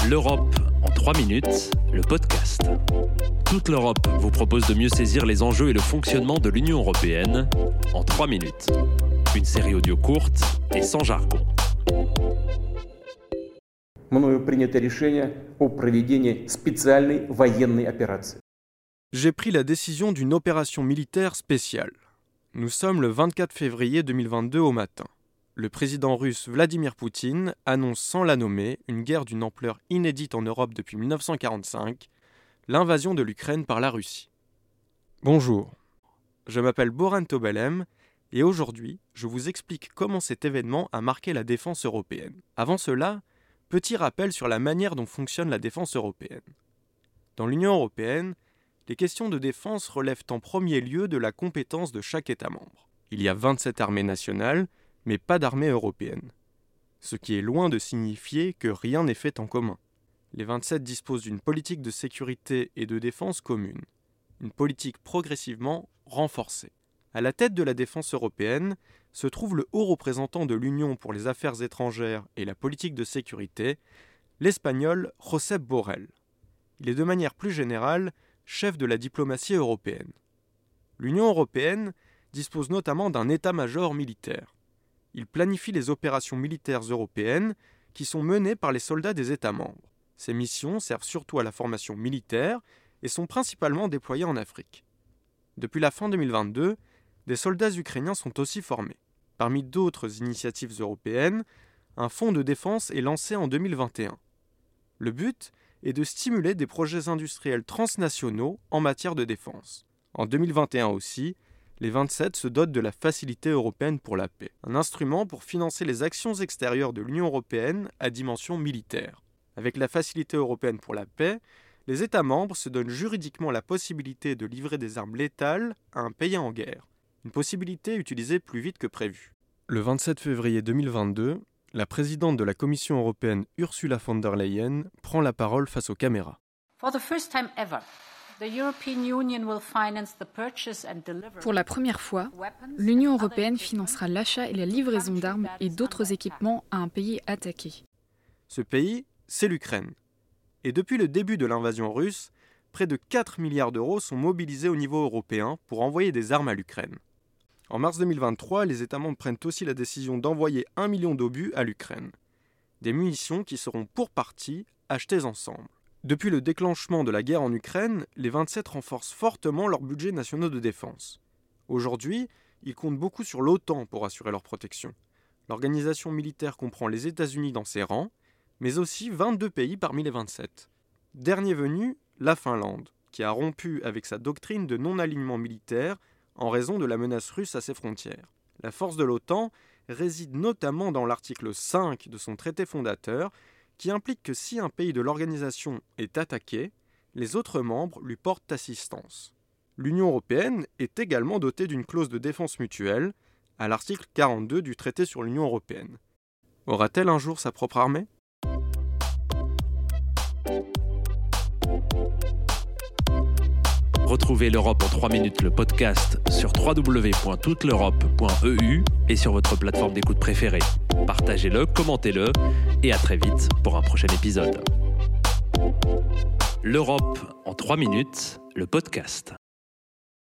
L'Europe en 3 minutes, le podcast. Toute l'Europe vous propose de mieux saisir les enjeux et le fonctionnement de l'Union européenne en 3 minutes. Une série audio courte et sans jargon. Мною принято решение о проведении специальной военной операции. J'ai pris la décision d'une opération militaire spéciale. Nous sommes le 24 février 2022 au matin. Le président russe Vladimir Poutine annonce sans la nommer une guerre d'une ampleur inédite en Europe depuis 1945, l'invasion de l'Ukraine par la Russie. Bonjour, je m'appelle Boran Tobalem et aujourd'hui, je vous explique comment cet événement a marqué la défense européenne. Avant cela, petit rappel sur la manière dont fonctionne la défense européenne. Dans l'Union européenne, les questions de défense relèvent en premier lieu de la compétence de chaque État membre. Il y a 27 armées nationales, mais pas d'armée européenne. Ce qui est loin de signifier que rien n'est fait en commun. Les 27 disposent d'une politique de sécurité et de défense commune. Une politique progressivement renforcée. À la tête de la défense européenne se trouve le haut représentant de l'Union pour les affaires étrangères et la politique de sécurité, l'Espagnol Josep Borrell. Il est de manière plus générale chef de la diplomatie européenne. L'Union européenne dispose notamment d'un état-major militaire. Il planifie les opérations militaires européennes qui sont menées par les soldats des États membres. Ces missions servent surtout à la formation militaire et sont principalement déployées en Afrique. Depuis la fin 2022, des soldats ukrainiens sont aussi formés. Parmi d'autres initiatives européennes, un fonds de défense est lancé en 2021. Le but est de stimuler des projets industriels transnationaux en matière de défense. En 2021 aussi, les 27 se dotent de la Facilité européenne pour la paix, un instrument pour financer les actions extérieures de l'Union européenne à dimension militaire. Avec la Facilité européenne pour la paix, les États membres se donnent juridiquement la possibilité de livrer des armes létales à un pays en guerre, une possibilité utilisée plus vite que prévu. Le 27 février 2022, la présidente de la Commission européenne Ursula von der Leyen prend la parole face aux caméras. Pour la première fois, l'Union européenne financera l'achat et la livraison d'armes et d'autres équipements à un pays attaqué. Ce pays, c'est l'Ukraine. Et depuis le début de l'invasion russe, près de 4 milliards d'euros sont mobilisés au niveau européen pour envoyer des armes à l'Ukraine. En mars 2023, les États membres prennent aussi la décision d'envoyer 1 million d'obus à l'Ukraine. Des munitions qui seront pour partie achetées ensemble. Depuis le déclenchement de la guerre en Ukraine, les 27 renforcent fortement leurs budgets nationaux de défense. Aujourd'hui, ils comptent beaucoup sur l'OTAN pour assurer leur protection. L'organisation militaire comprend les États-Unis dans ses rangs, mais aussi 22 pays parmi les 27. Dernier venu, la Finlande, qui a rompu avec sa doctrine de non-alignement militaire en raison de la menace russe à ses frontières. La force de l'OTAN réside notamment dans l'article 5 de son traité fondateur, qui implique que si un pays de l'organisation est attaqué, les autres membres lui portent assistance. L'Union européenne est également dotée d'une clause de défense mutuelle, à l'article 42 du traité sur l'Union européenne. Aura-t-elle un jour sa propre armée ? Retrouvez l'Europe en 3 minutes, le podcast sur www.touteleurope.eu et sur votre plateforme d'écoute préférée. Partagez-le, commentez-le et à très vite pour un prochain épisode. L'Europe en 3 minutes, le podcast.